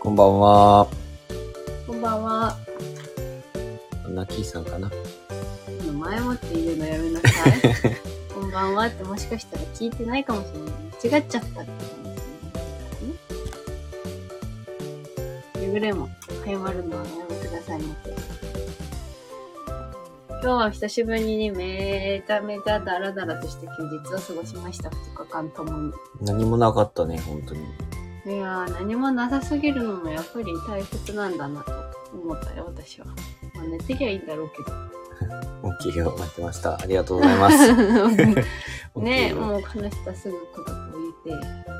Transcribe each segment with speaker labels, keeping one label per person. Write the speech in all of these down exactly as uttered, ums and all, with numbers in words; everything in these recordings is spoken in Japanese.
Speaker 1: こんばんは。
Speaker 2: こんばんは。
Speaker 1: ナキーさんかな。
Speaker 2: 前もって言うのやめなさい。こんばんはってもしかしたら聞いてないかもしれない。間違っちゃったってかもしれないからね。くれぐれも早まるのはやめてくださいませ。今日は久しぶりにめちゃめちゃダラダラとして休日を過ごしました。ふつかかんともに。
Speaker 1: 何もなかったね、本当に。
Speaker 2: いやー、何もなさすぎるのもやっぱり大切なんだなと思ったよ、私は。まあ寝てりゃいいんだろうけど。
Speaker 1: OK よ、待ってました。ありがとうございます。
Speaker 2: ねえ、もう話したすぐことを言って、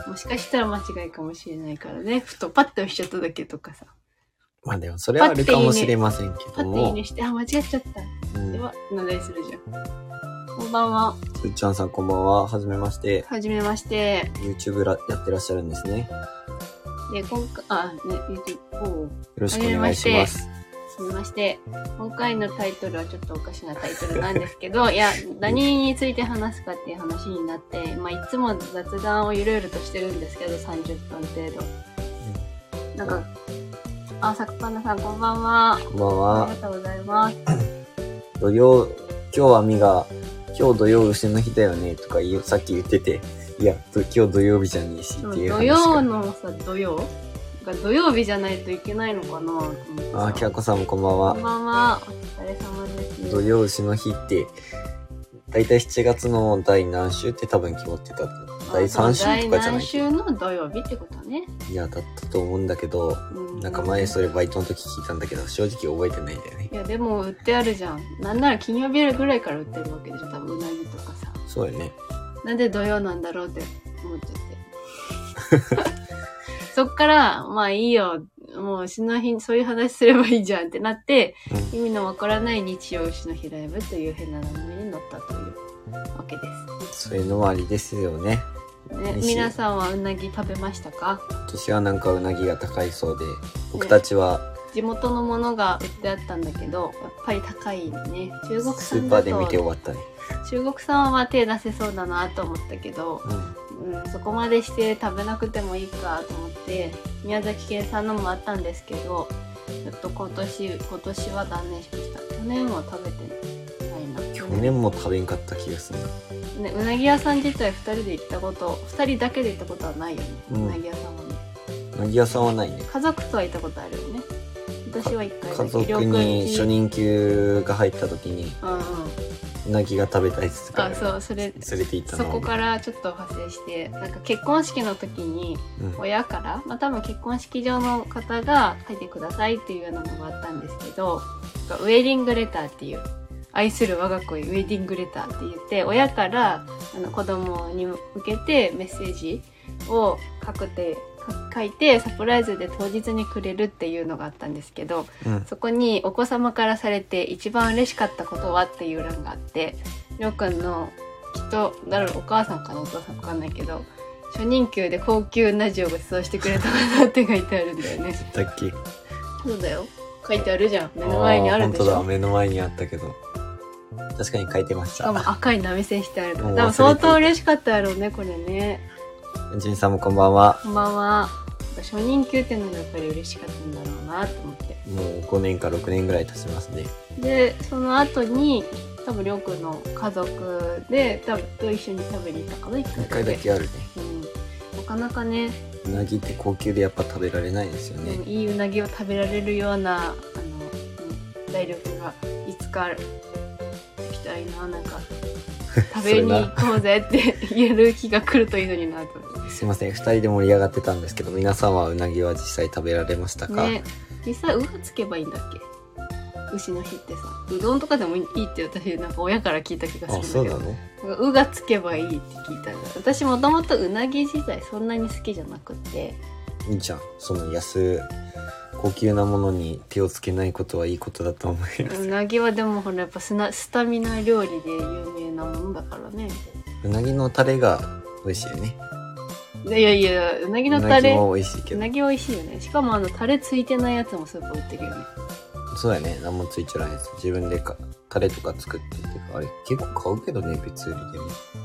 Speaker 2: もしかしたら間違いかもしれないからね、ふとパッと押しちゃっただけとかさ。
Speaker 1: まあでもそれはあるかもしれませんけども。
Speaker 2: パッていいねして、あ、間違っちゃった。うん、では、なだりするじゃん。こんばんは。
Speaker 1: すっちゃんさんこんばんは。はじめまして。
Speaker 2: はじめまして。
Speaker 1: YouTube らやってらっしゃるんですね。
Speaker 2: で、今回、あ、ね、YouTube、よ
Speaker 1: ろしくお願いします。
Speaker 2: すみまして。今回のタイトルはちょっとおかしなタイトルなんですけど、いや、何について話すかっていう話になって、まあ、いつも雑談をゆるゆるとしてるんですけど、さんじゅっぷん程度。うん、なんか、あ、さくぱなさんこんばんは。
Speaker 1: こんばんは。
Speaker 2: ありがとうございます。
Speaker 1: 土曜、今日はみが、今日土曜牛の日だよねとか言う、さっき言ってて、いや、今日土曜日じゃねえしっていう話。
Speaker 2: 土曜のさ、土曜土曜日じゃないといけないのかな。
Speaker 1: あ、きゃこさんもこんばんは。
Speaker 2: こんばんは。お疲れ様です。
Speaker 1: 土曜牛の日って、だいたいしちがつの第何週って多分決まってた。だいさん週とかじゃない。
Speaker 2: 第何週の土曜日ってことね。
Speaker 1: いや、だったと思うんだけど、うん、なんか前それバイトの時聞いたんだけど、正直覚えてないんだよね。
Speaker 2: いや、でも売ってあるじゃん。なんなら金曜日ぐらいから売ってるわけでしょ。多分うなぎとかさ。
Speaker 1: そうよね。
Speaker 2: なんで土曜なんだろうって思っちゃって。そっから、まあいいよ。もう牛の日、そういう話すればいいじゃんってなって、うん、意味のわからない日曜牛の日ライブという変な名前に乗ったというわけです。
Speaker 1: そういうのもありですよね。
Speaker 2: ね、皆さんはうなぎ食べましたか？
Speaker 1: 今年はなんかうなぎが高いそうで、僕たちは、ね、
Speaker 2: 地元のものが売ってあったんだけど、やっぱり高いね。中国産だと
Speaker 1: スーパーで見て終わったね。
Speaker 2: 中国産は手出せそうだなと思ったけど、うんうん、そこまでして食べなくてもいいかと思って宮崎県産のもあったんですけど、ちょっと今年今年は断念しました。去年は食べてないな。
Speaker 1: 去年も食べんかった気がする
Speaker 2: ね。うなぎ屋さん自体ふたりで行ったことふたりだけで行ったことはないよね、うん、うなぎ屋さんはね。
Speaker 1: うなぎ屋さんはないね。
Speaker 2: 家族とは行ったことあるよね。私は一回だけ。
Speaker 1: 家族に初任給が入った時に、
Speaker 2: うんうん、
Speaker 1: うなぎが食べたいっつって
Speaker 2: あ、そう、それ
Speaker 1: 連れて行ったの。
Speaker 2: そこからちょっと派生して、なんか結婚式の時に親から、うん、まあ多分結婚式場の方が書いてくださいっていうようなのがあったんですけど、ウェディングレターっていう、愛する我が子へウェディングレターって言って、親からあの子供に向けてメッセージを書くて書いてサプライズで当日にくれるっていうのがあったんですけど、うん、そこにお子様からされて一番嬉しかったことはっていう欄があって、りょうくんのきっとだろうお母さんかなお父さんかわかんないけど、初任給で高級うな重をご馳走してくれたなって書いてあるんだよね。
Speaker 1: だっけ？
Speaker 2: そうだよ。書いてあるじゃん。目の前にあるでしょ。
Speaker 1: 本当だ、目の前にあったけど。確かに書いてました。
Speaker 2: しかも赤い波線してある。多分相当嬉しかったやろうね、これね。
Speaker 1: じんさんもこんばんは。
Speaker 2: こんばんは。初任給っていうのがやっぱり嬉しかったんだろうなと思って。
Speaker 1: もうごねんかろくねんぐらい経ちますね。
Speaker 2: で、その後に、多分りょうくんの家族で、多分と一緒に食べに行ったかな、一回だけ。
Speaker 1: 一回だけあるね。
Speaker 2: うん。なかなかね。
Speaker 1: うなぎって高級でやっぱ食べられないですよね。
Speaker 2: うん、いいうなぎを食べられるような、あの、財力がいつかきたいな、なんか。食べに行こうぜって言える日が来るといいのになと。
Speaker 1: すいません、ふたりで盛り上がってたんですけど、皆さんはうなぎは実際食べられましたか？
Speaker 2: ね、実際うがつけばいいんだっけ？牛の日ってさ、うどんとかでもいいって私なんか親から聞いた気がするんだけど。あ、
Speaker 1: そうなの？
Speaker 2: なんかうがつけばいいって聞いたんだ。私もともとうなぎ自体そんなに好きじゃなくて。
Speaker 1: いいじゃん、その安高級なものに手をつけないことはいいことだと思います。
Speaker 2: うなぎはでもほらやっぱスナスタミナ料理で有名なものだからね。
Speaker 1: うなぎのタレが美味しいよね。
Speaker 2: いやいやうなぎのタレ
Speaker 1: うなぎも美味しいけど。
Speaker 2: うなぎ美味しいよね。しかもあのタレついてないやつもスーパー売ってるよね。
Speaker 1: そうだよね、何もついてないやつ自分でかタレとか作ってっていうか、あれ結構買うけどね、別売りでも。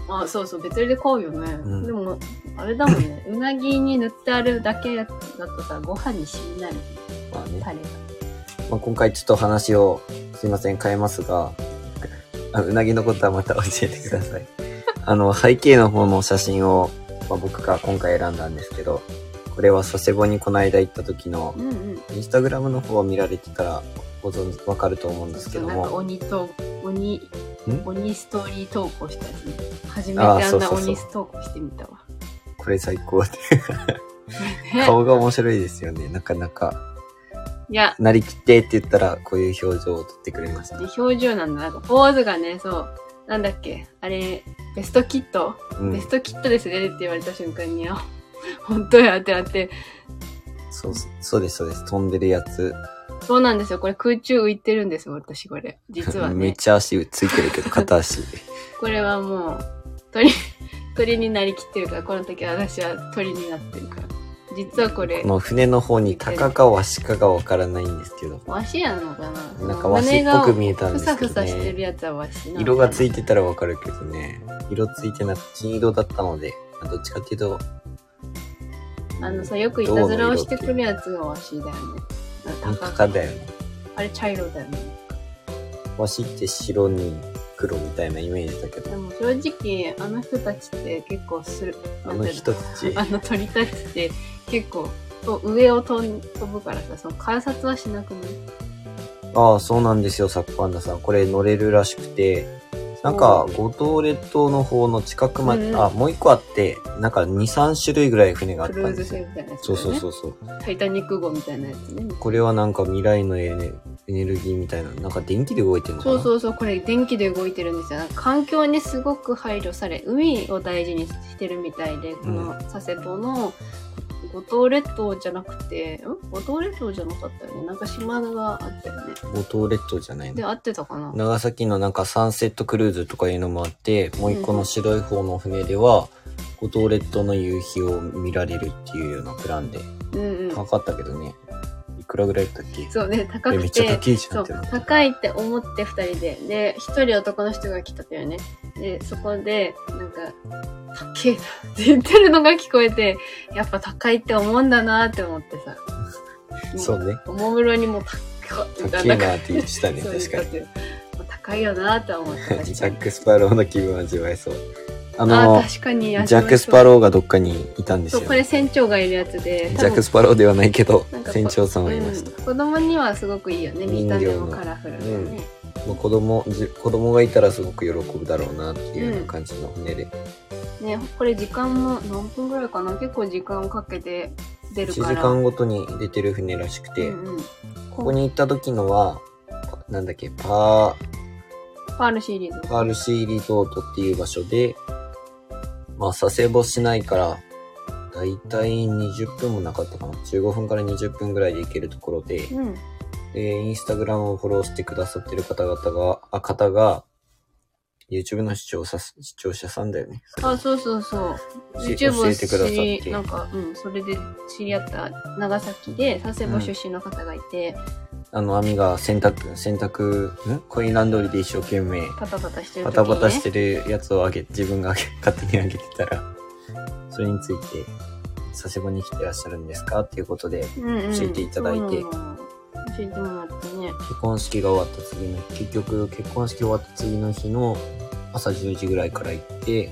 Speaker 2: あ、そうそう、別売りで買うよね。
Speaker 1: うん、
Speaker 2: でも、あれだもんね。うなぎに塗ってあるだけだとさ、ご飯に染みないもんね。
Speaker 1: まあね。
Speaker 2: タレが。
Speaker 1: まあ、今回ちょっと話を、すいません、変えますが、あうなぎのことはまた教えてください。あの、背景の方の写真を、まあ、僕が今回選んだんですけど、これは佐世保にこの間行った時の、うんうん、インスタグラムの方を見られてたら、ご存知、わかると思うんですけども。
Speaker 2: なんか鬼と、鬼、鬼ストーリー投稿したやつね。初めてあんな鬼ス投稿してみたわ。
Speaker 1: これ最高で。顔が面白いですよね、なかなか。いや。なりきってって言ったら、こういう表情を撮ってくれました。
Speaker 2: 表情なんだ。なんかポーズがね、そう。なんだっけあれ、ベストキット、うん、ベストキットですねって言われた瞬間に、あ、本当やってなって。
Speaker 1: そう、そうです、そうです。飛んでるやつ。
Speaker 2: そうなんですよ。これ空中浮いてるんですよ、私これ。実はね。
Speaker 1: めっちゃ足ついてるけど、片足。
Speaker 2: これはもう、鳥、鳥になりきってるから、この時は私は鳥になってるから。実はこれ。
Speaker 1: この船の方に鷹かワシかがわからないんですけど。
Speaker 2: ワシやのかな
Speaker 1: なんかワシっぽく見えたんですけどね。
Speaker 2: ふさふさしてるやつはワシな。
Speaker 1: 色がついてたらわかるけどね。色ついてなく金色だったので、どっちかっていうと、
Speaker 2: あのさ、よくいたずらをしてくるやつがワシだよね。
Speaker 1: 鷹だよね。
Speaker 2: あれ茶色だよね。
Speaker 1: ワシって白に黒みたいなイメージだけど。
Speaker 2: でも正直、あの人たちって結構する。
Speaker 1: あの人たち。
Speaker 2: あの鳥たちって結構、上を飛ぶからさ、その観察はしなくない？
Speaker 1: ああ、そうなんですよ、サッパンダさん。これ乗れるらしくて、なんか、五島列島の方の近くまで、うん、あ、もう一個あって、なんかに、さん種類ぐらい船があったんですよ。クルーズ船みたいなやつ、ね。そうそうそうそう。
Speaker 2: タイタニック号みたいなやつね。
Speaker 1: これはなんか未来のエネ、エネルギーみたいな、なんか電気で動いてるのかな？
Speaker 2: そうそうそう、これ電気で動いてるんですよ。環境にすごく配慮され、海を大事にしてるみたいで、この佐世保の五島列島じゃなくて、ん五島列島じゃなかったよね。なんか島があったよね。
Speaker 1: 五島列島じゃないの？
Speaker 2: で、合ってたかな？
Speaker 1: 長崎のなんかサンセットクルーズとかいうのもあって、もう一個の白い方の船では、五島列島の夕日を見られるっていうようなプランで。うんうん。高かったけどね。いくらぐらいだったっけ？
Speaker 2: そうね、高くて。
Speaker 1: めっちゃ高いじゃんってなって。
Speaker 2: そう、高いって思って二人で。で、一人男の人が来たんだよね。で、そこで、なんか、高えなって言ってるのが聞こえて、やっぱ高いって思うんだなって思ってさ。
Speaker 1: そうね。
Speaker 2: おもむろにも高っ
Speaker 1: 高いなって言ってたね、確かに。
Speaker 2: 高いよなって思ってた。
Speaker 1: ジャック・スパローの気分を味わえそう。あの
Speaker 2: あ、確かにジ
Speaker 1: ャック・スパローがどっかにいたんですよ、ね。
Speaker 2: そう、これ船長がいるやつで。
Speaker 1: ジャック・スパローではないけど、船長さんはいました、
Speaker 2: うん。子供にはすごくいいよね。見た目もカラフルでね。
Speaker 1: うん、子供、子供がいたらすごく喜ぶだろうなっていうような感じの船で。
Speaker 2: うん、ね、これ時間も何分ぐらいかな？結構時間をかけて出るから。
Speaker 1: いちじかんごとに出てる船らしくて、うんうん、ここに行った時のは、なんだっけ、パー、
Speaker 2: パールシーリゾート。
Speaker 1: パールシーリゾートっていう場所で、まあ、佐世保市内から、だいたいにじゅっぷんもなかったかな。じゅうごふんからにじゅっぷんぐらいで行けるところで、うん、で、インスタグラムをフォローしてくださってる方々が、あ、方が、YouTube の視聴者、視聴者さんだよね。
Speaker 2: あ、そうそうそう。YouTube を教えてくださって。なんか、うん、それで知り合った長崎で佐世保出身の方がいて、
Speaker 1: うん、あの、アミが洗濯、洗濯、んコインランドリーで一生懸命、
Speaker 2: パタパタしてる
Speaker 1: 時に、ね、パタパタしてるやつをあげ、自分があげ、勝手にあげてたら、それについて、佐世保に来てらっしゃるんですかっていうことで、教えていただいて、うんうん、
Speaker 2: 教えてもらってね。
Speaker 1: 結婚式が終わった次の日、結局結婚式終わった次の日の朝じゅうじぐらいから行って、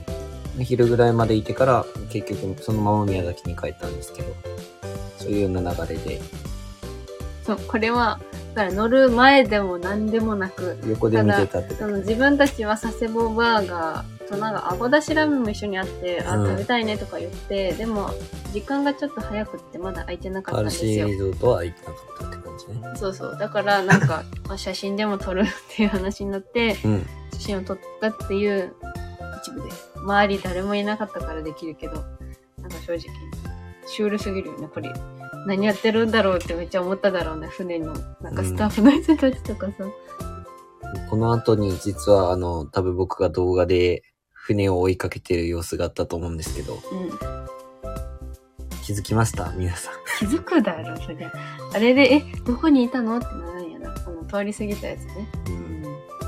Speaker 1: 昼ぐらいまでいてから、結局そのまま宮崎に帰ったんですけど、そういうような流れで。
Speaker 2: そう、これは、だから乗る前でも何でもなく、
Speaker 1: 横で見てたって。
Speaker 2: その自分たちは佐世保バーガーとなんかあごだしラーメンも一緒にあって、うん、あ、食べたいねとか言って、でも時間がちょっと早くってまだ空いてなかったんですよ。
Speaker 1: パールシーリゾートは空いてなかったって感じね。
Speaker 2: そうそう。だからなんか、写真でも撮るっていう話になって、うん、写真を撮ったっていう一部です。周り誰もいなかったからできるけど、なんか正直、シュールすぎるよね、これ。何やってるんだろうってめっちゃ思っただろうね、船の、なんかスタッフの人たちとかさ。
Speaker 1: うん、この後に実はあの、多分僕が動画で船を追いかけてる様子があったと思うんですけど、うん、気づきました皆さん。
Speaker 2: 気づくだろ、それ。あれで、え、どこにいたのってなるんやな。あの、通り過ぎたやつね。うん。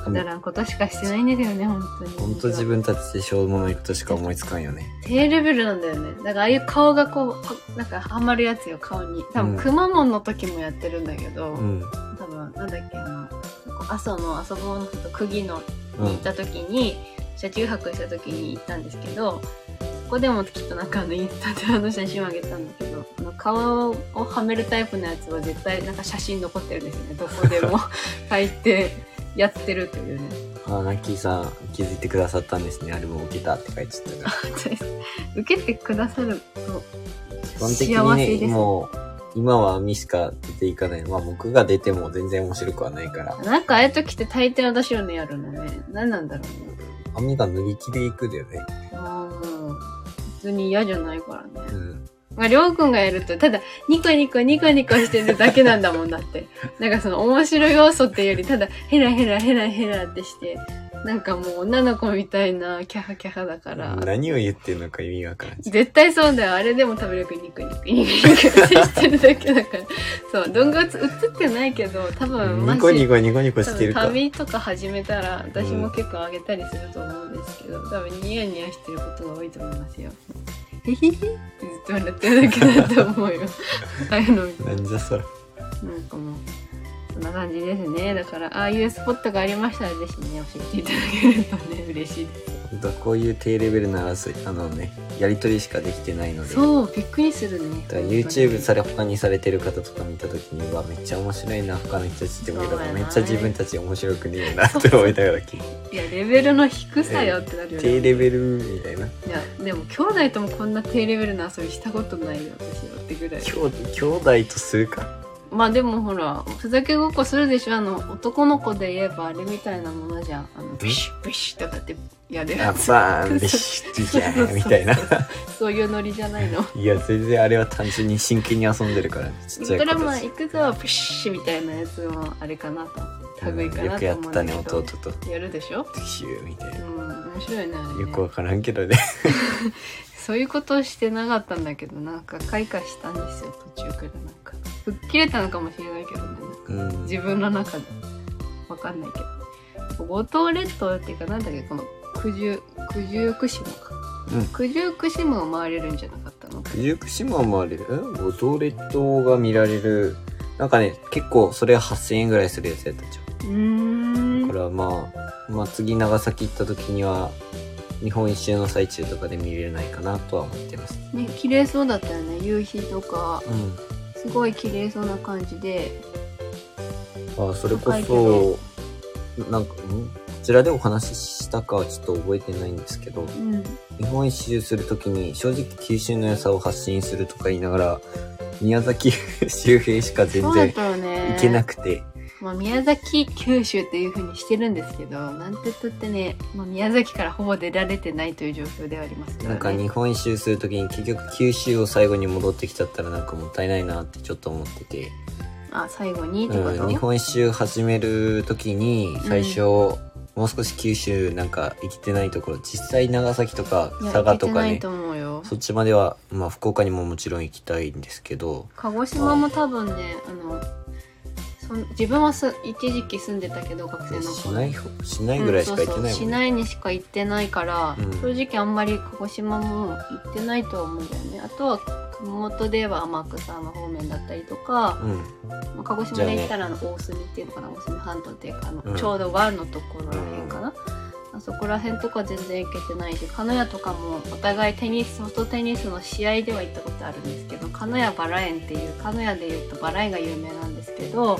Speaker 2: くだらんことしかしてないんですよね、本当に。
Speaker 1: 本当自分たちでしょうもないことしか思いつかんよね。
Speaker 2: 低レベルなんだよね。だからああいう顔がこう、なんかはまるやつよ、顔に。多分、くまモンの時もやってるんだけど、
Speaker 1: うん。
Speaker 2: 多分、なんだっけ、あの、阿蘇の遊ぼうのこと釘のに行った時に、うん、車中泊した時に行ったんですけど、ここでもきっとなんかあのインスタであの写真をあげたんだけど、あの顔をはめるタイプのやつは絶対なんか写真残ってるんですよね。どこでも書いてやってるというね。
Speaker 1: ああ、ナッキーさん気づいてくださったんですね。あれも受けたって書いてたから。
Speaker 2: 受けてくださると
Speaker 1: 基本的にね、もう今は網しか出ていかない。まあ僕が出ても全然面白くはないから。
Speaker 2: なんかああいう時って大抵私よねやるのね。何なんだろうね。
Speaker 1: 網が脱ぎ切りいくだよね。
Speaker 2: 普通に嫌じゃないからね。
Speaker 1: うん。
Speaker 2: まあ、りょうくんがやると、ただ、ニコニコニコニコしてるだけなんだもんだって。なんかその面白い要素っていうより、ただ、ヘラヘラヘラヘラってして、なんかもう女の子みたいなキャハキャハだから。
Speaker 1: 何を言ってるのか意味わからん。
Speaker 2: 絶対そうだよ。あれでも食べるくニコニコニコニコしてるだけだから。そう、動画映ってないけど、多分
Speaker 1: ニコニコニコニコしてるか。
Speaker 2: 旅とか始めたら、私も結構あげたりすると思うんですけど、多分ニヤニヤしてることが多いと思いますよ。へへへってずっと笑ってるだけだと思うよ。ああいうの見て。
Speaker 1: なんじゃそら。
Speaker 2: なんかもう、そんな感じですね。だから、ああいうスポットがありましたら、ぜひね、教えていただけるとね、嬉しいです。
Speaker 1: 本当こういう低レベルな争い、あのね、やりとりしかできてないので。
Speaker 2: そう、びっくりするね。
Speaker 1: だから YouTube され、他にされてる方とか見たときには、めっちゃ面白いな、他の人たちって思うけど、めっちゃ自分たち面白くねえなって思いながら聞いて。
Speaker 2: いや、レベルの低さよってなるよね。
Speaker 1: 低レベルみたいな。い
Speaker 2: や、でも兄弟ともこんな低レベルな遊びしたことないよ、私はってぐらい。
Speaker 1: 兄弟とするか。
Speaker 2: まあでもほら、ふざけごっこするでしょ。あの、男の子で言えばあれみたいなものじゃん。あの、ビシッビシッとかってやれるやつ。
Speaker 1: あ、バーン、ビシッ、ビシャーみたいな。
Speaker 2: そういうノリじゃないの。
Speaker 1: いや、全然あれは単純に真剣に遊んでるから、ね、ちっちゃい子たち。
Speaker 2: ドラマ行くぞ、ビシッみたいなやつもあれかなと思って。類かなと思うんだけど、
Speaker 1: よくやったね、弟と。
Speaker 2: やるでしょ
Speaker 1: ビシューみたいな。
Speaker 2: うん、面白いね、あれね。
Speaker 1: よくわからんけどね。
Speaker 2: そういうことしてなかったんだけど、なんか開花したんですよ、途中からなんか。吹っ切れたのかもしれないけどね。
Speaker 1: うん、
Speaker 2: 自分の中で。わかんないけど。五島列島っていうか、なんだっけ、この九十、九十九島か。うん、九十九島を回れるんじゃなかったの？
Speaker 1: 九十九島を回れる？五島列島が見られる。なんかね、結構それははっせんえんぐらいするやつやったじゃん。う
Speaker 2: ーん。
Speaker 1: だからまあ、まあ次長崎行った時には、日本一周の最中とかで見れないかなとは思ってます。
Speaker 2: ね、綺麗そうだったよね。夕日とか。
Speaker 1: うん。
Speaker 2: すごい綺麗そうな感じで。
Speaker 1: ああ、それこそ、なんか、んこちらでお話ししたかはちょっと覚えてないんですけど、うん、日本一周するときに正直九州の良さを発信するとか言いながら、宮崎周辺しか全然行けなくて。
Speaker 2: まあ、宮崎九州っていう風にしてるんですけど、なんて言ったってね、まあ、宮崎からほぼ出られてないという状況ではありますからね。
Speaker 1: なんか日本一周するときに結局九州を最後に戻ってきちゃったらなんかもったいないなってちょっと思ってて。
Speaker 2: あ、最後にってこと？
Speaker 1: うん、日本一周始めるときに最初、うん、もう少し九州なんか行けてないところ、実際長崎とか佐賀とかね、そっちまでは、まあ福岡にももちろん行きたいんですけど、
Speaker 2: 鹿児島も多分ね、あのそ自分はす一時期住んでたけど、学生の頃
Speaker 1: 市内市内ぐらいしか行ってないもんね、うん、そうそう、
Speaker 2: 市内にしか行ってないから、うん、正直あんまり鹿児島も行ってないとは思うんだよね。あとは熊本では天草の方面だったりとか、うん、まあ、鹿児島で行ったらあの大隅っていうのかな、大隅半島っていうかあの、うん、ちょうど湾のところらへんかな、うん、あそこらへんとか全然行けてないし、鹿屋とかもお互いテニスソフトテニスの試合では行ったことあるんですけど、鹿屋バラ園っていう鹿屋でいうとバラ園が有名なんですけど、うん、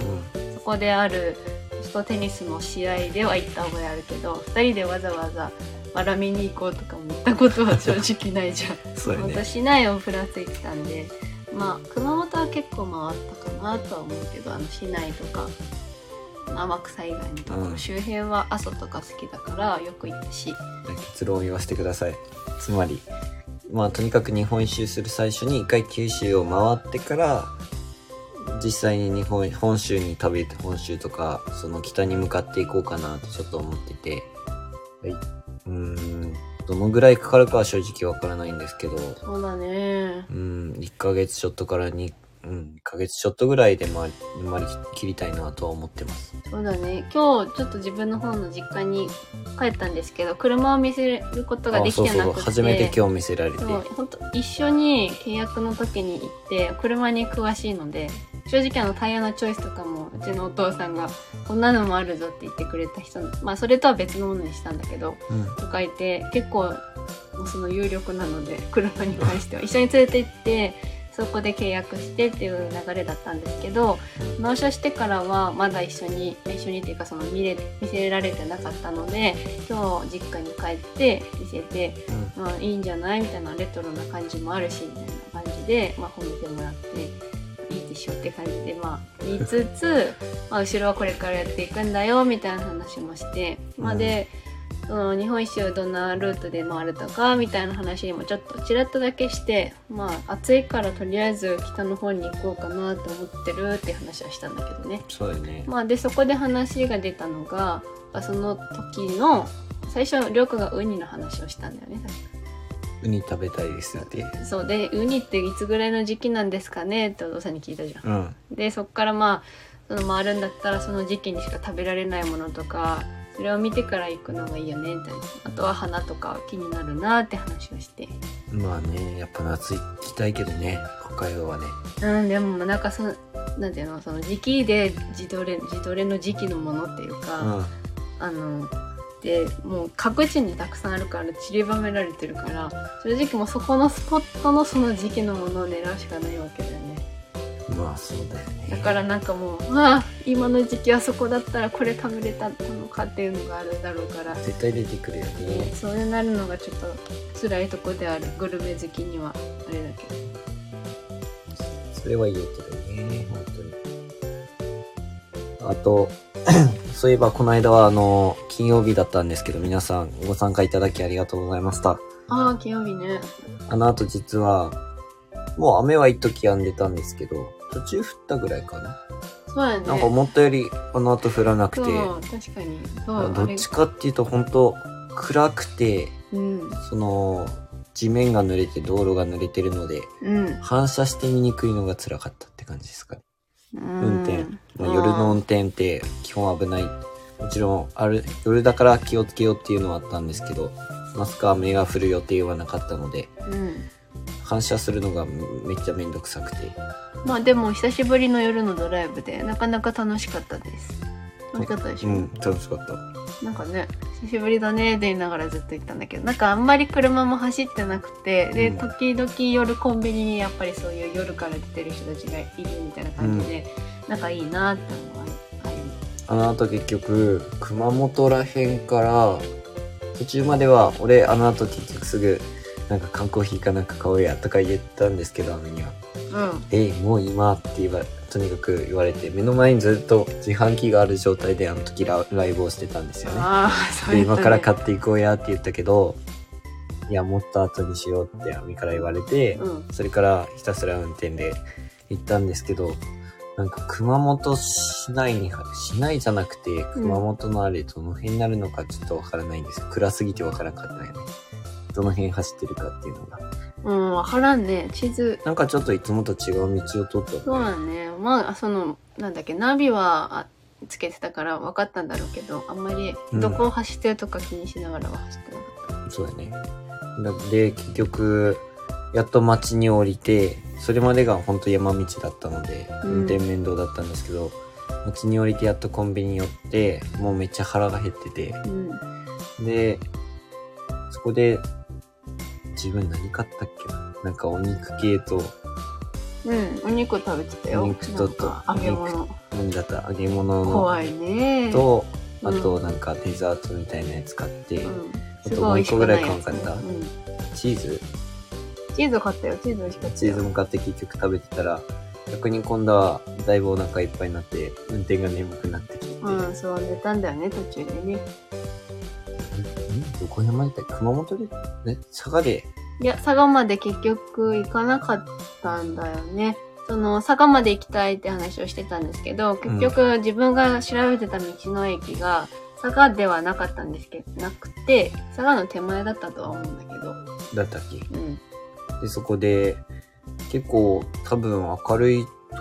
Speaker 2: そこであるソフトテニスの試合では行った覚えあるけど、ふたりでわざわざバラ見に行こうとかも行ったことは正直ないじゃん。
Speaker 1: そうよね。
Speaker 2: 私市内をプラス行ってたんで、まあ熊本は結構回ったかなとは思うけど、あの市内とか天草以外のところ、うん、周辺は阿蘇とか好きだからよく行ったし。
Speaker 1: 結論を言わせてください。つまりまあとにかく日本一周する最初に一回九州を回ってから実際に日本本州に旅立って本州とかその北に向かっていこうかなとちょっと思ってて、はい、うーんどのぐらいかかるかは正直わからないんですけど、
Speaker 2: そうだね、
Speaker 1: うんいっかげつちょっとからに、 うん、いっかげつちょっとぐらいで回り、回り切りたいなとは思ってます。
Speaker 2: そうだね。今日ちょっと自分の方の実家に帰ったんですけど、車を見せることができてなくて。
Speaker 1: あ、そうそう、初めて今日見せられて。
Speaker 2: そう、本当一緒に契約の時に行って、車に詳しいので、正直あのタイヤのチョイスとかもうちのお父さんがこんなのもあるぞって言ってくれた人、まあそれとは別のものにしたんだけど、うん、とかいて結構もうその有力なので車に関しては一緒に連れて行ってそこで契約してっていう流れだったんですけど、納車してからはまだ一緒に一緒にっていうかその見れ見せられてなかったので、今日実家に帰って見せて、うん、まあいいんじゃないみたいなレトロな感じもあるしみたいな感じで、まあ、褒めてもらって。いいでしょって感じでまあ言いつつまあ後ろはこれからやっていくんだよみたいな話もして、まあで、その日本一周どんなルートで回るとかみたいな話にもちょっとちらっとだけして、まあ暑いからとりあえず北の方に行こうかなと思ってるって話はしたんだけどね。
Speaker 1: そうだね。
Speaker 2: まあでそこで話が出たのがその時の最初りょうくんがウニの話をしたんだよね。
Speaker 1: ウニ食べたいですって。
Speaker 2: そうで、ウニっていつぐらいの時期なんですかねってお父さんに聞いたじゃん、うん、でそっからまあその回るんだったらその時期にしか食べられないものとかそれを見てから行くのがいいよねみたいな、あとは花とか気になるなって話をして。
Speaker 1: まあね、やっぱ夏行きたいけどね、北海道はね。
Speaker 2: うんでもなんかそのなんていうの、その時期で自撮れ自撮れの時期のものっていうか、うん、あのでもう各地にたくさんあるから散りばめられてるから、正直もうそこのスポットのその時期のものを狙うしかないわけだよね。
Speaker 1: まあそうだよね。
Speaker 2: だからなんかもうああ今の時期はそこだったらこれ食べれたのかっていうのがあるだろうから
Speaker 1: 絶対出てくるよね。
Speaker 2: そうなるのがちょっと辛いとこであるグルメ好きにはあれだけど、
Speaker 1: それは言うけどね本当に。あとそういえばこの間はあの金曜日だったんですけど、皆さんご参加いただきありがとうございました。
Speaker 2: ああ金曜日ね。
Speaker 1: あの後実はもう雨は一時止んでたんですけど、途中降ったぐらいかな。
Speaker 2: そうやね。
Speaker 1: なんか思ったよりあの後降らなくて、
Speaker 2: そう確かにそう
Speaker 1: どっちかっていうと本当暗くて、うん、その地面が濡れて道路が濡れてるので、うん、反射して見にくいのが辛かったって感じですかね。運転、まあ、夜の運転って基本危ない。もちろんある夜だから気をつけようっていうのはあったんですけど、まさか雨が降る予定はなかったので、うん、反射するのがめっちゃめんどくさくて。
Speaker 2: まあでも久しぶりの夜のドライブでなかなか楽しかったです。楽しかったでしょ。
Speaker 1: うん楽しかった。
Speaker 2: なんかね久しぶりだねって言いながらずっと言ったんだけど、なんかあんまり車も走ってなくて、で時々夜コンビニにやっぱりそういう夜から出てる人たちがいるみたいな感じで、うん、なんかいいなって思う。
Speaker 1: あの後結局熊本らへんから途中までは俺あの後結局すぐなんか缶コーヒーかなんか買おうやとか言ったんですけど、あのには、うん、えもう今って言わとにかく言われて、目の前にずっと自販機がある状態であの時 ラ, ライブをしてたんですよね。あそう、ね、で今から買っていこうやって言ったけど、いやもっと後にしようってあみから言われて、うん、それからひたすら運転で行ったんですけど、なんか熊本市内に、市内じゃなくて熊本のあれどの辺になるのかちょっとわからないんですよ。暗すぎてわからなかったよね。どの辺走ってるかっていうのが。
Speaker 2: うん、わからんね。地図。
Speaker 1: なんかちょっといつもと違う道を通った、ね。
Speaker 2: そうだね。まあ、その、なんだっけ、ナビはつけてたから分かったんだろうけど、あんまりどこを走ってるとか気にしながらは走ってなかった。
Speaker 1: うん、そうだね。で、結局、やっと町に降りて、それまでが本当山道だったので、運転面倒だったんですけど、うん、町に降りてやっとコンビニに寄って、もうめっちゃ腹が減ってて、うん、で、そこで、自分何買ったっけな、なんかお肉系と、
Speaker 2: うん、お肉食べてたよ。
Speaker 1: お肉と、と
Speaker 2: 揚げ物。
Speaker 1: 何だった揚げ物の。
Speaker 2: 怖いね。
Speaker 1: と、あとなんかデザートみたいなやつ買って、うん、あともう一個ぐらい買わんかった、うん。チーズ
Speaker 2: チーズ買ったよ。チーズ美味しかったよ。
Speaker 1: チーズも買って結局食べてたら、逆に今度はだいぶお腹いっぱいになって、運転が眠くなってきて。
Speaker 2: うん、そう、寝たんだよね、途中でね。
Speaker 1: んどこにまで行った熊本でね佐賀で
Speaker 2: いや、佐賀まで結局行かなかったんだよね。その、佐賀まで行きたいって話をしてたんですけど、結局自分が調べてた道の駅が、佐賀ではなかったんですけど、なくて、佐賀の手前だったとは思うんだけど。
Speaker 1: だったっけ？うん。で、そこで、結構多分明るい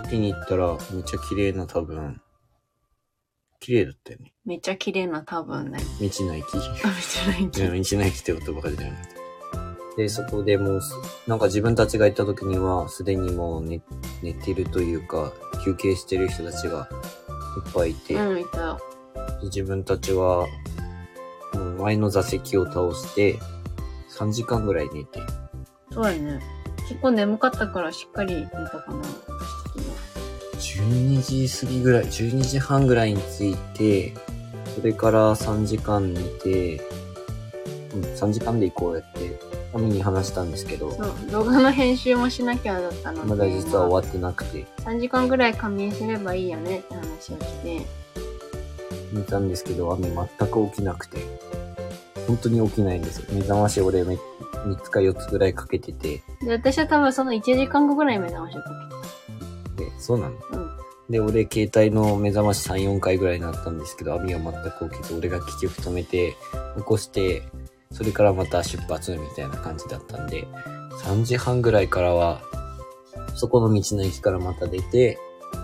Speaker 1: 時に行ったらめっちゃ綺麗な多分、綺麗だったよね。
Speaker 2: めっちゃ綺麗な多分ね。
Speaker 1: 道の駅。
Speaker 2: あ、道の駅。
Speaker 1: 道の駅って言葉が出てなかった。で、そこでもう、なんか自分たちが行った時には、すでにもう寝、寝てるというか、休憩してる人たちがいっぱいいて、
Speaker 2: うん、いた。
Speaker 1: 自分たちは、もう前の座席を倒して、さんじかんぐらい寝て。
Speaker 2: そうやね。結構眠かったからしっかり寝たかな。
Speaker 1: じゅうにじ過ぎぐらい、じゅうにじはんぐらいに着いて、それからさんじかん寝て、うん、さんじかんで行こうやって、アミに話したんですけど、
Speaker 2: そう、動画の編集もしなきゃだったので、
Speaker 1: まだ実は終わってなくて、
Speaker 2: さんじかんぐらい仮眠すればいいよねって話をして、
Speaker 1: 見たんですけど、アミ全く起きなくて、本当に起きないんですよ。目覚まし俺みっつかよっつぐらいかけてて。
Speaker 2: で、私は多分そのいちじかんごぐらい目覚ましをか
Speaker 1: けて。で、そうなの？
Speaker 2: うん。
Speaker 1: で、俺携帯の目覚ましさん、よんかいぐらいになったんですけど、アミは全く起きず、俺が結局止めて、起こして、それからまた出発みたいな感じだったんで、さんじはんぐらいからは、そこの道の駅からまた出て、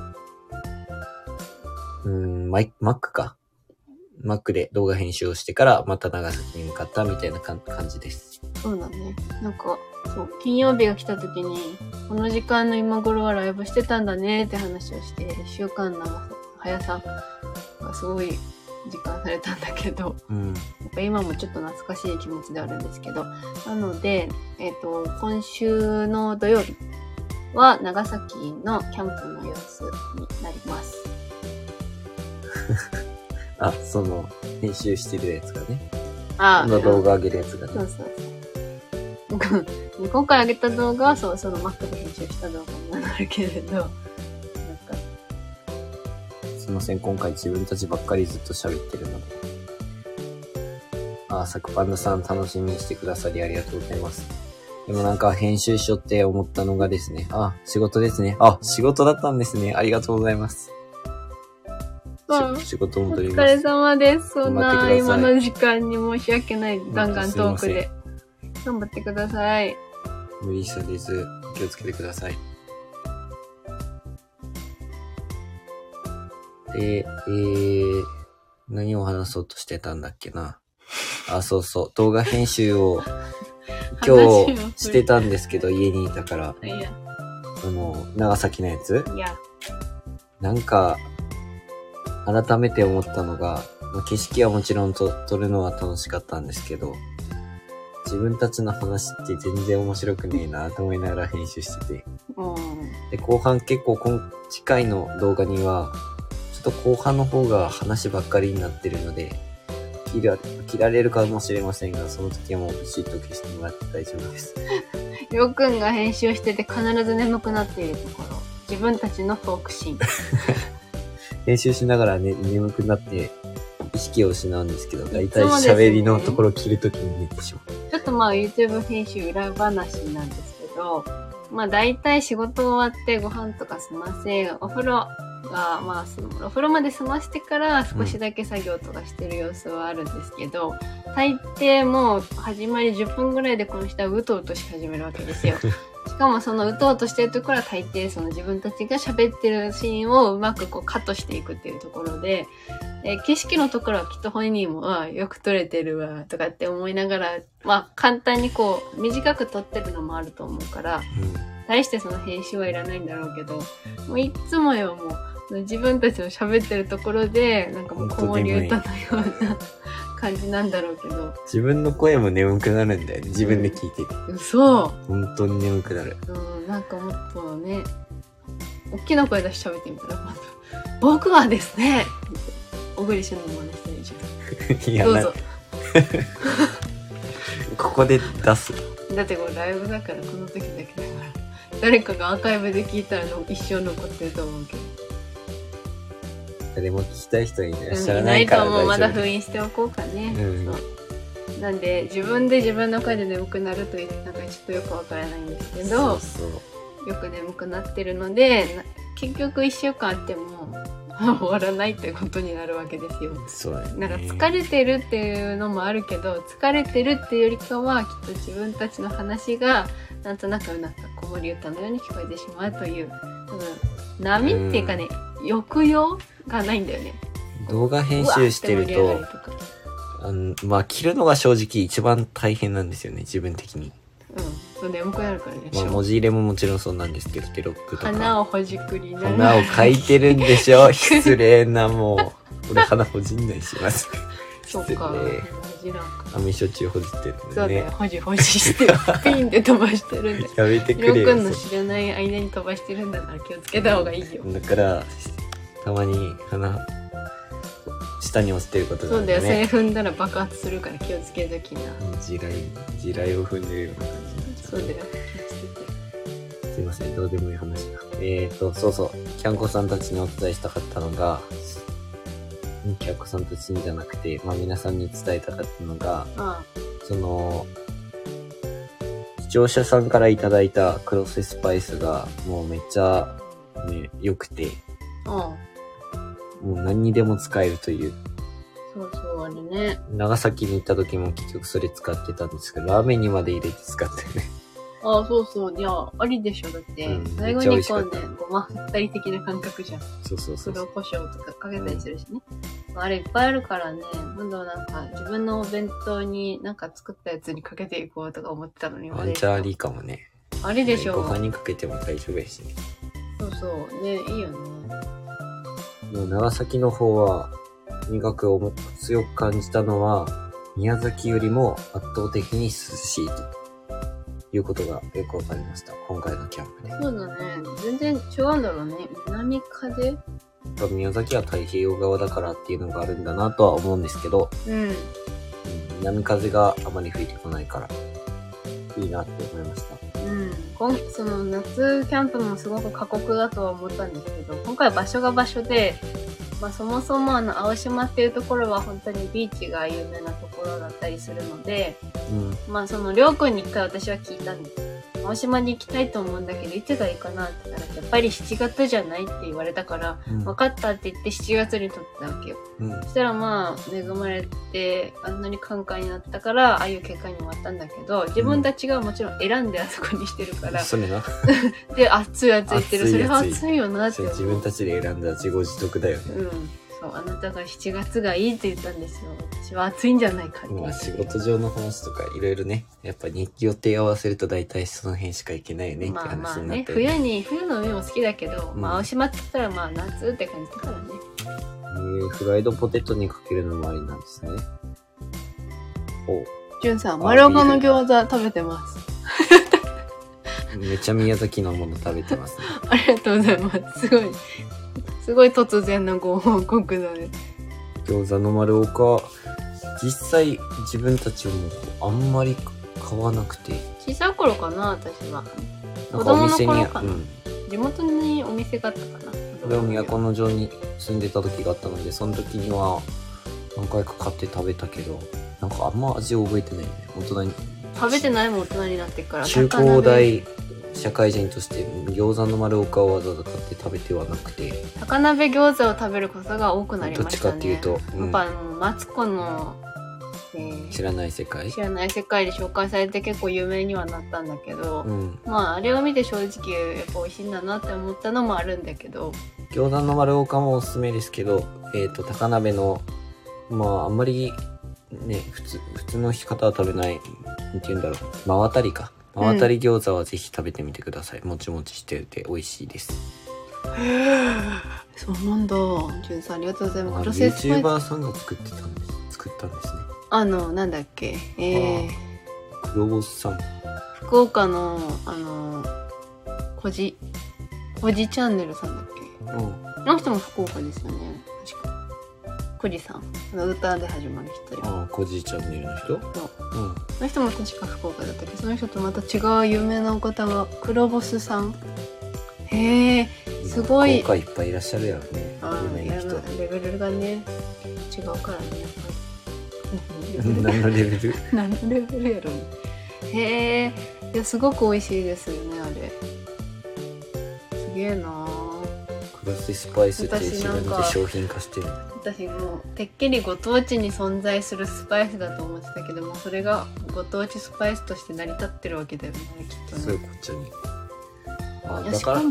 Speaker 1: うーん、マイ、マックか。マックで動画編集をしてから、また長崎に向かったみたいな感じです。
Speaker 2: そうだね。なんか、そう、金曜日が来た時に、この時間の今頃はライブしてたんだねって話をして、週間の速さがすごい実感されたんだけど、
Speaker 1: うん、
Speaker 2: やっぱ今もちょっと懐かしい気持ちであるんですけど、なので、えっと、今週の土曜日は長崎のキャンプの様子になります。
Speaker 1: あ、その、編集してるやつがね。
Speaker 2: ああ。
Speaker 1: の動画上げるやつがね。
Speaker 2: そうそうそう。今回上げた動画はそう、その Mac で編集した動画になるけれど、なんか。
Speaker 1: すいません、今回自分たちばっかりずっと喋ってるので。あ、サクパンダさん楽しみにしてくださりありがとうございます。でもなんか編集しよって思ったのがですね、あ、仕事ですね。あ、仕事だったんですね。ありがとうございます。
Speaker 2: うん、
Speaker 1: 仕事戻ります。
Speaker 2: お疲れ様です。そんな今の時間に申し訳ないガンガントークで。頑張ってください。
Speaker 1: 無理そうです。気をつけてください。で、えー、何を話そうとしてたんだっけな。あ、そうそう。動画編集を今日してたんですけど、家にいたから。
Speaker 2: いや。
Speaker 1: あの、長崎のやつ？
Speaker 2: いや。
Speaker 1: なんか、改めて思ったのが、景色はもちろんと撮るのは楽しかったんですけど、自分たちの話って全然面白くねえなと思いながら編集してて。
Speaker 2: うん、
Speaker 1: で、後半結構今、次回の動画には、ちょっと後半の方が話ばっかりになってるので、切ら、切られるかもしれませんが、その時はもうピシッと消してもらって大丈夫です。
Speaker 2: りょうくんが編集してて必ず眠くなっているところ、自分たちのトークシーン。
Speaker 1: 編集しながらね、眠くなって意識を失うんですけど、だいたい喋りのところ切るときに寝てしまう。
Speaker 2: ちょっとまあ YouTube 編集裏話なんですけど、まあだいたい仕事終わってご飯とか済ませ、お風呂が、まあお風呂まで済ましてから少しだけ作業とかしてる様子はあるんですけど、大抵もう始まりじゅっぷんぐらいでこの人はうとうとし始めるわけですよ。しかもそのうとうとしてるところは大抵その自分たちが喋ってるシーンをうまくこうカットしていくっていうところで、えー、景色のところはきっと本人も、ああ、よく撮れてるわ、とかって思いながら、まあ簡単にこう短く撮ってるのもあると思うから、うん、大してその編集はいらないんだろうけど、もういつもよ、もう自分たちの喋ってるところで、なんかもう子守歌のような感じなんだろうけど。
Speaker 1: 自分の声も眠くなるんだよね。自分で聞いてて。
Speaker 2: うん、そう。
Speaker 1: 本当に眠くなる。
Speaker 2: うん、なんかもっとね、大きな声出し喋ってみたら、僕はですね、小栗旬の真似してるじゃん。いや、どうぞ。
Speaker 1: ここで出す。
Speaker 2: だってこれライブだからこの時だけだから、誰かがアーカイブで聞いたらの一生残ってると思うけど。
Speaker 1: 誰も聞きたい人いらっしゃらないから大丈夫。
Speaker 2: いないと思う。まだ封印しておこうかね。うん、そうなんで自分で自分の声で眠くなるというなんかちょっとよくわからないんですけど、そうそうよく眠くなってるので結局いっしゅうかんあっても終わらないってことになるわけですよ。
Speaker 1: そうだね。
Speaker 2: なんか疲れてるっていうのもあるけど、疲れてるっていうよりかはきっと自分たちの話がなんとなくなんか子守歌のように聞こえてしまうという多分波っていうかね、抑揚がないんだよね。
Speaker 1: 動画編集してると、あの、まあ、切るのが正直一番大変なんですよね、自分的に。
Speaker 2: うん。そう眠くなるからね。
Speaker 1: まあ、文字入れももちろんそうなんですけど、テロップとか。
Speaker 2: 花をほじくりながら。
Speaker 1: 花を描いてるんでしょ失礼な、もう。俺花ほじんないします。
Speaker 2: そうか。ほじらんか。
Speaker 1: 網しょっちゅうほじってるんでね。
Speaker 2: そうだよ。ほじほじして、ピンで飛ばしてるんだよ。
Speaker 1: やめてくれよ。
Speaker 2: りょうくんの知らない間に飛ばしてるんだから気をつけた方がいいよ。
Speaker 1: だから、たまに花、下に落ちてることがあるんだね。
Speaker 2: そうだよ。それ踏んだら爆発するから気をつけときな。
Speaker 1: 地雷、地雷を踏んでるような感じ。
Speaker 2: そうだよ。気をつけて。
Speaker 1: すいません、どうでもいい話だ。えーと、そうそう、キャンコさんたちにお伝えしたかったのが、キャンコさんたちにじゃなくて、まあ皆さんに伝えたかったのが、
Speaker 2: ああ
Speaker 1: その、視聴者さんからいただいたクロススパイスが、もうめっちゃ、ね、良くて、
Speaker 2: うん、
Speaker 1: もう何にでも使えるという。
Speaker 2: そうそう、あれね。
Speaker 1: 長崎に行った時も結局それ使ってたんですけど、ラーメンにまで入れて使ってね。
Speaker 2: ああ、そうそう。いや、ありでしょ。だって、うん、最後にこうね、ごま振ったり的な感覚じゃん。
Speaker 1: そうそうそう。
Speaker 2: 黒胡椒とかかけたりするしね。うん、あれいっぱいあるからね、今度なんか自分のお弁当になんか作ったやつにかけていこうとか思ってたのに。
Speaker 1: ワンチャンありかもね。
Speaker 2: ありでしょ。
Speaker 1: ご飯にかけても大丈夫やしね。
Speaker 2: そうそう。ね、いいよね。
Speaker 1: もう長崎の方は、とにかく強く感じたのは、宮崎よりも圧倒的に涼しいということがよくわかりました。今回のキャンプで。
Speaker 2: そうだね。全然違うんだろうね。南風
Speaker 1: 宮崎は太平洋側だからっていうのがあるんだなとは思うんですけど、
Speaker 2: うん。
Speaker 1: 南風があまり吹いてこないから、いいなって思いました。
Speaker 2: うん。今その夏キャンプもすごく過酷だとは思ったんですけど、今回場所が場所で、まあそもそもあの青島っていうところは本当にビーチが有名なところだったりするので、うん、まあそのりょうくんに一回私は聞いたんです。青島に行きたいと思うんだけどいつがいいかなって言ったらやっぱりしちがつじゃないって言われたから、うん、分かったって言ってしちがつに撮ったわけよ、うん、そしたらまあ恵まれてあんなにカンカンになったからああいう結果に終わったんだけど自分たちがもちろん選んであそこにしてるから、うん、
Speaker 1: それな
Speaker 2: で暑い暑い言ってるそれは暑いよなって思う。
Speaker 1: 自分たちで選んだ自業自得だよね。
Speaker 2: うんそうあなたがしちがつがいいって言ったんですよ。私は暑いんじゃないかって。
Speaker 1: まあ仕事上の話とかいろいろね、やっぱ日記予定合わせると大体その辺しか行けないよねって話になって、ね。まあまあね、
Speaker 2: 冬に、冬の海も好きだけど、うん、まあ青島って言ったらまあ夏って感じだからね。
Speaker 1: えー、フライドポテトにかけるのもありなんですね。
Speaker 2: おじゅんさん、丸岡の餃子食べてます。
Speaker 1: めっちゃ宮崎のもの食べてますね。
Speaker 2: ありがとうございます。すごい。すごい突然のご報告だね。
Speaker 1: 餃子の丸岡、実際自分たちもあんまり買わなくて。
Speaker 2: 小さい頃かな、私は。子供の頃かな。うん、地元にお店があったかな。
Speaker 1: 俺は都城に住んでた時があったので、その時には何回か買って食べたけど、なんかあんま味を覚えてないね。大人に。
Speaker 2: 食べてないもん大人になってから。
Speaker 1: 中高大社会人として餃子の丸岡をわざわざ買って食べてはなくて、
Speaker 2: 高鍋餃子を食べることが多くなりましたね。
Speaker 1: どっちかっていうと、
Speaker 2: うん、やっぱあのマツコの、
Speaker 1: えー、知らない世界
Speaker 2: 知らない世界で紹介されて結構有名にはなったんだけど、うん、まああれを見て正直やっぱ美味しいんだなって思ったのもあるんだけど、
Speaker 1: 餃子の丸岡もおすすめですけど、えっと高鍋のまああんまりね普通普通の方は食べない、なんて言うんだろう、真渡りか。真渡り餃子はぜひ食べてみてください。もちもちしてて美味しいです。
Speaker 2: へー、そうなんだ。じゅんさんありがとうございます。
Speaker 1: ユーチューバーさんが作ってたんです。作ったんですね。
Speaker 2: あのなんだっけ、えー、
Speaker 1: 黒ボスさん。
Speaker 2: 福岡のあのこじこじチャンネルさんだっけ。うん。あの人も福岡ですよね。確か。こじさん、あの歌で始まる人よ。
Speaker 1: ああ、こじチャンネルの人。そう。
Speaker 2: うん。その人も確か福岡だったけど、その人とまた違う有名なお方が黒ボスさん。へえ、すごい。
Speaker 1: 福岡いっぱいいらっしゃるやろね。有名な人。
Speaker 2: レベルがね違うからねやっぱり。
Speaker 1: 何のレベル？
Speaker 2: 何のレベルやろね。へえ、いやすごく美味しいですよねあれ。すげえな。
Speaker 1: クロススパイスって自分で商品化してる。
Speaker 2: 私もうてっきりご当地に存在するスパイスだと思ってたけども、それがご当地スパイスとして成り立ってるわけだよねきっとね。
Speaker 1: そういうこっちゃに。
Speaker 2: あ、だから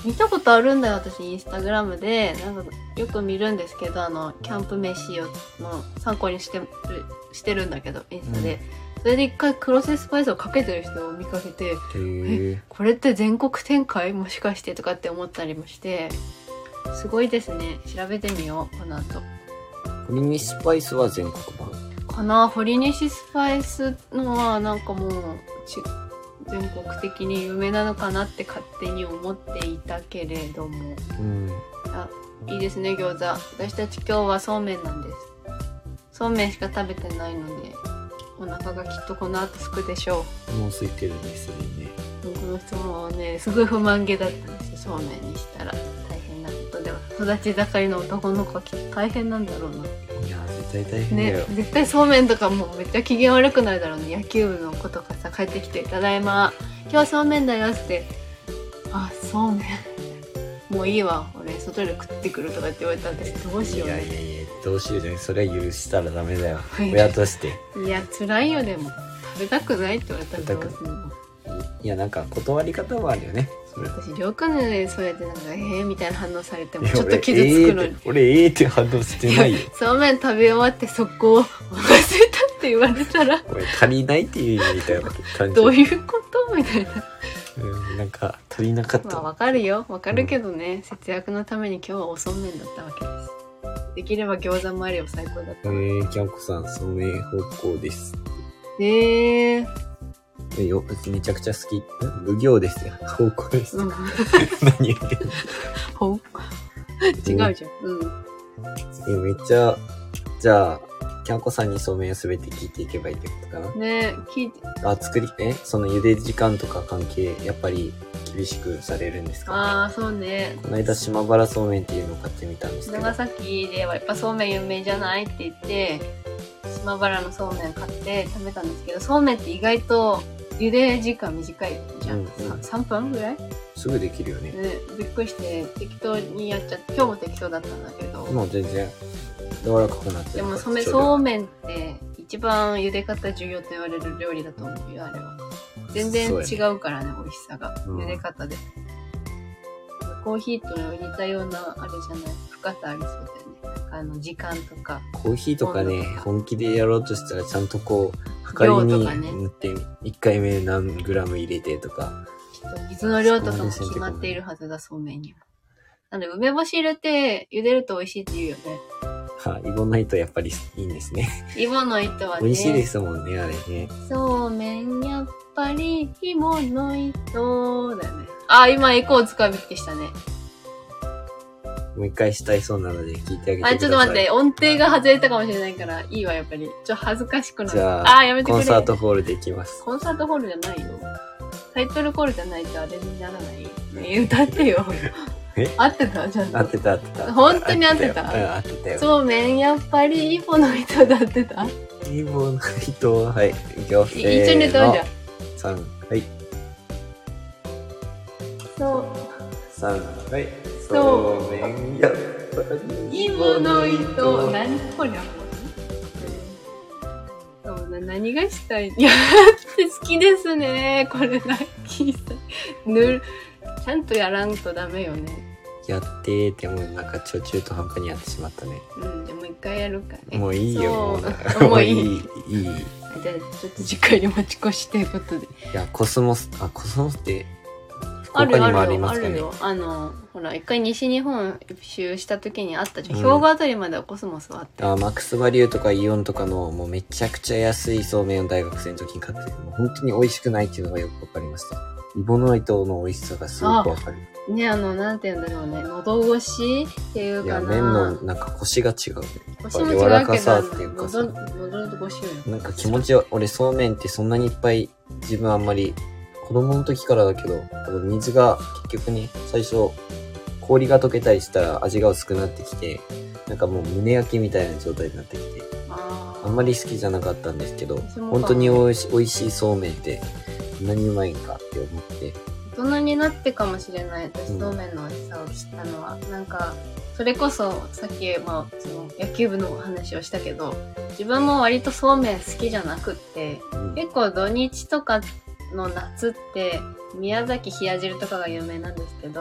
Speaker 2: 見たことあるんだよ、私、インスタグラムで。なんか、よく見るんですけど、あの、キャンプ飯をの参考にしてる、してるんだけど、インスタで。うん、それで一回クロセススパイスをかけてる人を見かけて、え、これって全国展開もしかしてとかって思ったりもして、すごいですね。調べてみよう、この後。
Speaker 1: ホリニシスパイスは全国版
Speaker 2: かな。ホリニシスパイスのはなんかもうち全国的に有名なのかなって勝手に思っていたけれども、うん、あ、いいですね、餃子。私たち今日はそうめんなんです。そうめんしか食べてないのでお腹がきっとこの後すくでしょ
Speaker 1: う。もう空いてるんですよね。
Speaker 2: 僕の質問はね、すごい不満げだったんですよ。そうめんにしたら大変なことでは、育ち盛りの男の子はきっと大変なんだろうな。
Speaker 1: いや絶対大変だよ、
Speaker 2: ね、絶対そうめんとかもうめっちゃ機嫌悪くなるだろうね。野球部の子とかさ、帰ってきて「ただいま今日はそうめんだよ」って「あ、そうめんもういいわ、俺外で食ってくる」とかって言われたら私どうしようね。
Speaker 1: いやいやいや、どうしようじゃない、それは許したらダメだよ親として。
Speaker 2: いや辛いよ。でも食べたくないって言われたらどうするの。
Speaker 1: いや、なんか断り方もあるよね。
Speaker 2: 私りょうくんでそうやってなんか「えー」みたいな反応されてもちょっと傷つくのに、
Speaker 1: 俺ええーって反応してないよ
Speaker 2: そうめん食べ終わってそこを「お腹すいた」って言われたら
Speaker 1: 俺足りないっていう意味だよ
Speaker 2: どういうことみたいな。
Speaker 1: うん、なんか足りなかった。
Speaker 2: まあわかるよ、わかるけどね、うん、節約のために今日はおそうめんだったわけです。できれば餃子もあれば最高だった。
Speaker 1: えー、キャンコさんそうめん方向です。
Speaker 2: えー
Speaker 1: えよ、めちゃくちゃ好き。奉行ですよ。方向です。うん、何言ってんの。
Speaker 2: ほ違うじゃん。うん。
Speaker 1: え、めっちゃ、じゃあ、キャンコさんにそうめんをすべて聞いていけばいいってことかな。
Speaker 2: ねえ、聞いて。
Speaker 1: あ、作り、えその茹で時間とか関係、やっぱり厳しくされるんですか？
Speaker 2: ああ、そうね。
Speaker 1: この間、島原そうめんっていうのを買ってみたんですけど。
Speaker 2: 長崎ではやっぱそうめん有名じゃないって言って、島原のそうめん買って食べたんですけど、そうめんって意外と、茹で時間短いじゃん、うんうん、さんぷんぐらい
Speaker 1: すぐできるよね。
Speaker 2: ね、びっくりして適当にやっちゃって、今日も適当だったんだけど
Speaker 1: もう全然柔らかくなってる。
Speaker 2: でもそめそうめんって一番茹で方重要と言われる料理だと思うよ。あれは全然違うからね、美味しさが、うん、茹で方で。コーヒーと似たようなあれじゃない、深さありそうだよね。あの時間とか
Speaker 1: コーヒーとかね、本気でやろうとしたらちゃんとこう量りに塗って、ね、いっかいめ何グラム入れてとか、
Speaker 2: きっと水の量とかも決まっているはずだ、そうめんには。なんで梅干し入れて茹でると美味しいって言うよね。
Speaker 1: はあ、イボの糸やっぱりいいんですね。
Speaker 2: イボの糸はね、
Speaker 1: 美味しいですもんね、あれね。
Speaker 2: そうめんやっぱりイボの糸だよね。あ、今エコー使いびきしたね。
Speaker 1: もう一回したいそうなので聞いてあげてください。
Speaker 2: あ、ちょっと待って、音程が外れたかもしれないから、いいわ、やっぱり。ちょっと恥ずかしくなる。
Speaker 1: じゃあ、
Speaker 2: あ、やめてくれ。
Speaker 1: コンサートホールで行きます。
Speaker 2: コンサートホールじゃないよ。タイトルコールじゃないとあれにならない。ね、歌ってよ。
Speaker 1: え
Speaker 2: 合ってたじゃん。
Speaker 1: 合ってた合ってた。
Speaker 2: 本当に合ってた。
Speaker 1: 合ってたよ。
Speaker 2: そうめん、やっぱりイボの糸だってた。
Speaker 1: イボの糸、はい。いくよ。
Speaker 2: 一緒に歌うじゃん。
Speaker 1: さん、はい。
Speaker 2: そう。
Speaker 1: さん、はい。そうめん、やっぱり
Speaker 2: イボの糸。何こりゃ。そうな、何がしたい？いや、好きですね。これ、ラッキーさん。ぬる、ちゃんとやらんとダメよね。
Speaker 1: やってーってもうなんかちょ中途半端にやってしまったね。
Speaker 2: うん、じゃあもう一回やるかね。
Speaker 1: もういいよ。
Speaker 2: もうもういい。
Speaker 1: いい、いい。
Speaker 2: じゃあちょっと次回に持ち越しということで。い
Speaker 1: や、コスモス、あ、コスモスって、福岡にもありますかね。
Speaker 2: あるよ、あるよ。あの、ほら、一回西日本一周した時にあったじゃん。うん、兵庫あたりまではコスモスはあって。
Speaker 1: あ、マックスバリューとかイオンとかのもうめちゃくちゃ安いそうめんを大学生の時に買って、もう本当に美味しくないっていうのがよくわかりました。イボの糸の美味しさがすごくわかる。
Speaker 2: ね、あの、なんて言うんだろうね。喉越しっていうかな。
Speaker 1: いや、麺のなんかコシが違うね。
Speaker 2: コシも違うけど、
Speaker 1: 柔らかさっていうかさ。
Speaker 2: 喉越しよ。
Speaker 1: なんか気持ちは、俺そうめんってそんなにいっぱい自分あんまり、子供の時からだけど、水が結局ね、最初、氷が溶けたりしたら味が薄くなってきて、なんかもう胸焼きみたいな状態になってきて、あ, あんまり好きじゃなかったんですけど、本当においし美味しいそうめんってこんなにうまいんかって思って。
Speaker 2: 大人になってかもしれない、私そうめんの美味しさを知ったのは、うん、なんか、それこそさっき、まあ、その野球部の話をしたけど、自分も割とそうめん好きじゃなくって、うん、結構土日とかの夏って宮崎冷や汁とかが有名なんですけど、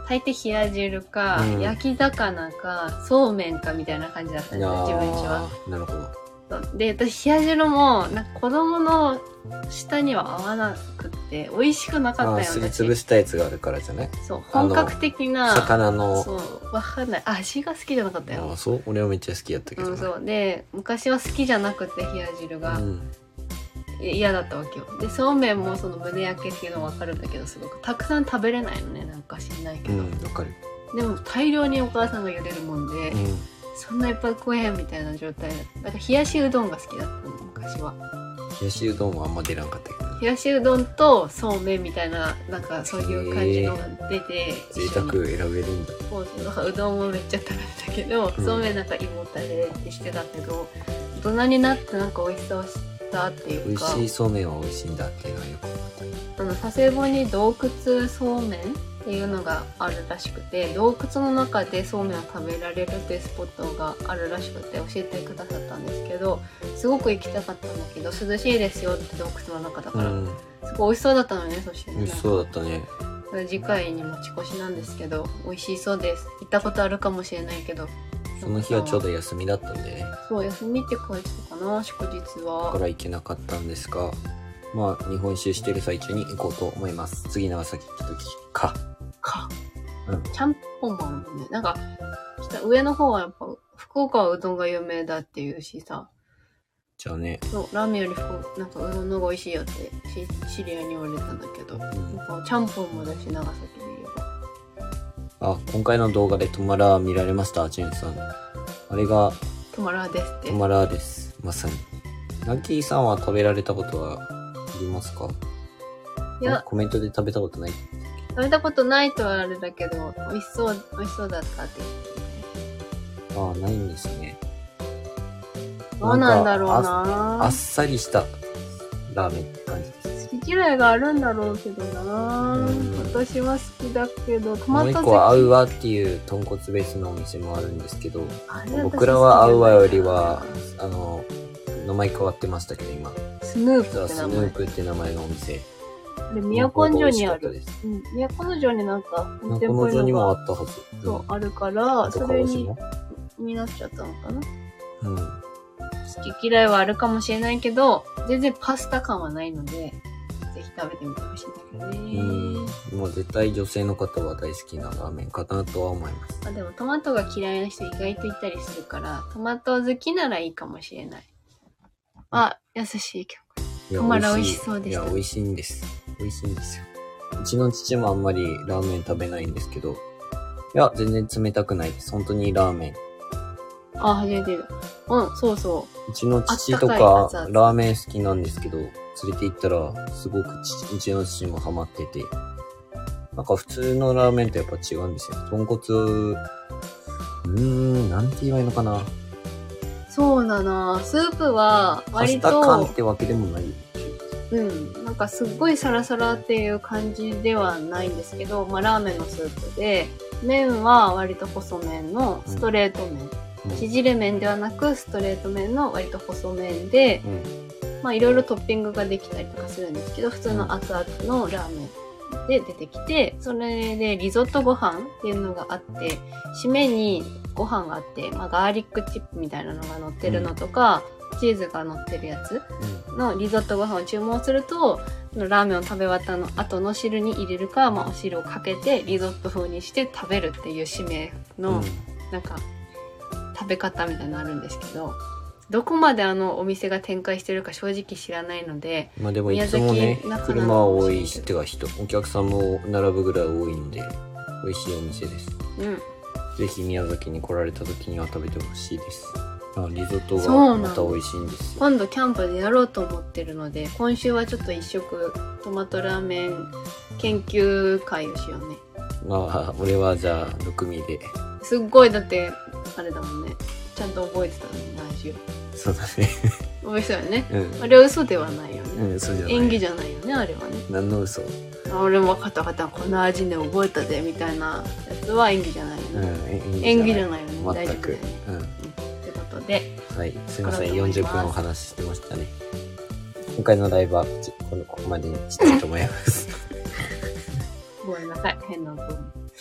Speaker 2: 大抵冷や汁か、うん、焼き魚か、そうめんかみたいな感じだったんですよ、自分ちは。
Speaker 1: なるほど。
Speaker 2: で、私、冷や汁も、なんか子供の舌には合わなくって、美味しくなかったよね。
Speaker 1: すりつぶしたやつがあるからじゃない？
Speaker 2: そう、本格的な。
Speaker 1: 魚の。
Speaker 2: そう、わかんない。味が好きじゃなかったよ。
Speaker 1: あ、そう？俺はめっちゃ好きやったけど、ね。
Speaker 2: うん、そう。で、昔は好きじゃなくて、冷や汁が。嫌、うん、だったわけよ。で、そうめんもその胸焼けっていうのはわかるんだけど、すごくたくさん食べれないのね、なんか知んないけど。うん、
Speaker 1: わかる。
Speaker 2: でも大量にお母さんが茹でるもんで、
Speaker 1: うん、
Speaker 2: そんないっぱい食えへんみたいな状態だった。だから冷やしうどんが好きだったの、昔は。
Speaker 1: 冷やしうどんはあんま出らんかったけど。
Speaker 2: 冷やしうどんとそうめんみたいな、なんかそういう感じのが出て。
Speaker 1: 贅沢選べるんだ。
Speaker 2: そうそう。だからうどんもめっちゃ食べてたけど、うん、そうめんなんか胃もたれってしてたけど、大人になってなんか美味しさを知ったっていうか。
Speaker 1: 美味しいそうめんは美味しいんだっていうのはよく分かった。
Speaker 2: あの、佐世保に洞窟そうめんっていうのがあるらしくて、洞窟の中でそうめんを食べられるっていうスポットがあるらしくて教えてくださったんですけど、すごく行きたかったんだけど、涼しいですよって洞窟の中だから、うん、すごい美味しそうだったのね。そしてね、
Speaker 1: 美味しそうだったね。
Speaker 2: 次回に持ち越しなんですけど、美味しそうです。行ったことあるかもしれないけど、
Speaker 1: その日はちょうど休みだったんでね。
Speaker 2: そう、休みって書いてたかな、祝日は。
Speaker 1: だから行けなかったんですが、まあ日本一周してる最中に行こうと思います。次長崎行く時か。
Speaker 2: か。うん。ちゃんぽんもあるもんね。なんか、下、上の方はやっぱ、福岡はうどんが有名だっていうしさ。
Speaker 1: じゃあね。
Speaker 2: そう、ラーメンより福岡、なんかうどんの方が美味しいよってし知り合いに言われたんだけど、うん、なんかちゃんぽんもだし、長崎で言え
Speaker 1: ば。あ、今回の動画でトマラー見られました、ジュンさん。あれが、
Speaker 2: トマラーですって。
Speaker 1: トマラーです。まさに。ナッキーさんは食べられたことはありますか？いや、コメントで食べたことない？
Speaker 2: 食べたことないとはあれだけど、美味しそう、美味しそうだったって言って
Speaker 1: ね。ああ、ないんですね。
Speaker 2: どうなんだろうな。
Speaker 1: あっさりしたラーメンって感じです。
Speaker 2: 好き嫌いがあるんだろうけどな。私は好きだけど、トマト好き。
Speaker 1: もう一個はアウワっていう豚骨ベースのお店もあるんですけど、僕らはアウワよりは、あの、名前変わってましたけど、今。
Speaker 2: スヌープって名前。
Speaker 1: スヌープって名前のお店。
Speaker 2: で、都城にある。うん。都城になんか、
Speaker 1: 都城にもあったはず。
Speaker 2: そう、あるから、それに、になっちゃったのかな。
Speaker 1: うん。
Speaker 2: 好き嫌いはあるかもしれないけど、全然パスタ感はないので、ぜひ食べてみてほしいんだけどね。
Speaker 1: うん。もう絶対女性の方は大好きなラーメンかなとは思います。
Speaker 2: あ、でもトマトが嫌いな人意外といたりするから、トマト好きならいいかもしれない。あ、優しい曲。トマラ美味しそうでした。
Speaker 1: いや、美味しいんです。美味しいんですよ。うちの父もあんまりラーメン食べないんですけど、いや、全然冷たくないです。本当にラーメン。
Speaker 2: あ、初めてだ。うん、そうそう。
Speaker 1: うちの父とかラーメン好きなんですけど、連れて行ったら、すごく父うちの父もハマってて、なんか普通のラーメンとやっぱ違うんですよ。豚骨、うーん、なんて言えばいいのかな。
Speaker 2: そうだな。スープは割と。
Speaker 1: パスタ感ってわけでもない。
Speaker 2: うん。なんかすっごいサラサラっていう感じではないんですけど、まあラーメンのスープで、麺は割と細麺のストレート麺。うん、縮れ麺ではなくストレート麺の割と細麺で、うん、まあいろいろトッピングができたりとかするんですけど、普通の熱々のラーメンで出てきて、それでリゾットご飯っていうのがあって、締めにご飯があって、まあガーリックチップみたいなのが乗ってるのとか、うん、チーズが乗ってるやつのリゾットご飯を注文すると、ラーメンを食べ終わったの後の汁に入れるか、まあお汁をかけてリゾット風にして食べるっていう締めの、うん、なんか、食べ方みたいなのあるんですけど、どこまであのお店が展開してるか正直知らないので、
Speaker 1: まあでもいつもね、車は多いし、てか人、お客さんも並ぶぐらい多いんで、美味しいお店です。
Speaker 2: うん。
Speaker 1: ぜひ宮崎に来られた時には食べてほしいです。あ、リゾットがまた美味しいんですよ。
Speaker 2: 今度キャンプでやろうと思ってるので、今週はちょっと一食トマトラーメン研究会をしようね。
Speaker 1: ああ、俺はじゃあろくみで。
Speaker 2: すっごいだってあれだもんね。ちゃんと覚えてたのに味を。
Speaker 1: そうだね。
Speaker 2: 美味しそうよね。
Speaker 1: うん。
Speaker 2: あれは嘘ではないよね。
Speaker 1: うん、嘘じゃない。
Speaker 2: 演技じゃないよね、あれはね。
Speaker 1: 何の嘘？
Speaker 2: 俺も分かった分かった、この味で覚えたでみたいなやつは演技じゃないよね。うん、演技じゃないよね。
Speaker 1: 全く。
Speaker 2: 大丈夫だよね。
Speaker 1: うん。
Speaker 2: うん。ってことで。
Speaker 1: はい、すいません、よんじゅっぷんお話ししてましたね。今回のライブはこここまでにしたいと思います。
Speaker 2: ごめんなさい、変な音。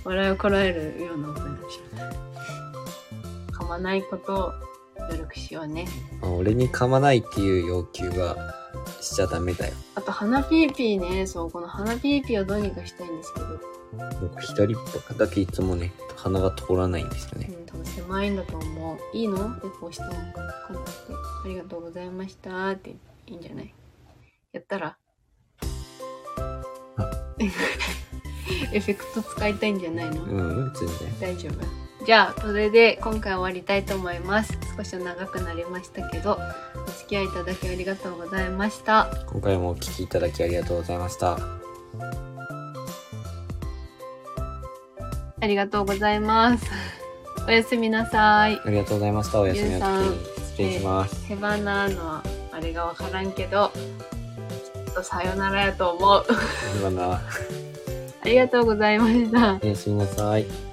Speaker 2: 笑いをこらえるような音になっちゃう。噛まないことを努力しようね。
Speaker 1: あ、俺に噛まないっていう要求はしちゃダメだよ。
Speaker 2: あと鼻ピーピーね、そう、この鼻ピーピーをどうにかしたいんですけど。
Speaker 1: 僕左っぽだけいつもね、鼻が通らないんですよね。
Speaker 2: うん、多分狭いんだと思う。いいのでこうしてなんかこうやってありがとうございましたっていいんじゃない？やったらエフェクト使いたいんじゃないの？
Speaker 1: うん、全然
Speaker 2: 大丈夫。じゃあそれで今回終わりたいと思います。少し長くなりましたけど、お付き合いいただきありがとうございました。
Speaker 1: 今回もお聞きいただきありがとうございました。
Speaker 2: ありがとうございます。おやすみなさい。
Speaker 1: ありがとうございました。おやすみなさい。失礼します。
Speaker 2: ヘバナのあれがわからんけど、きっとさよならやと思う。
Speaker 1: ヘバナ。
Speaker 2: ありがとうございました。
Speaker 1: おやすみなさい。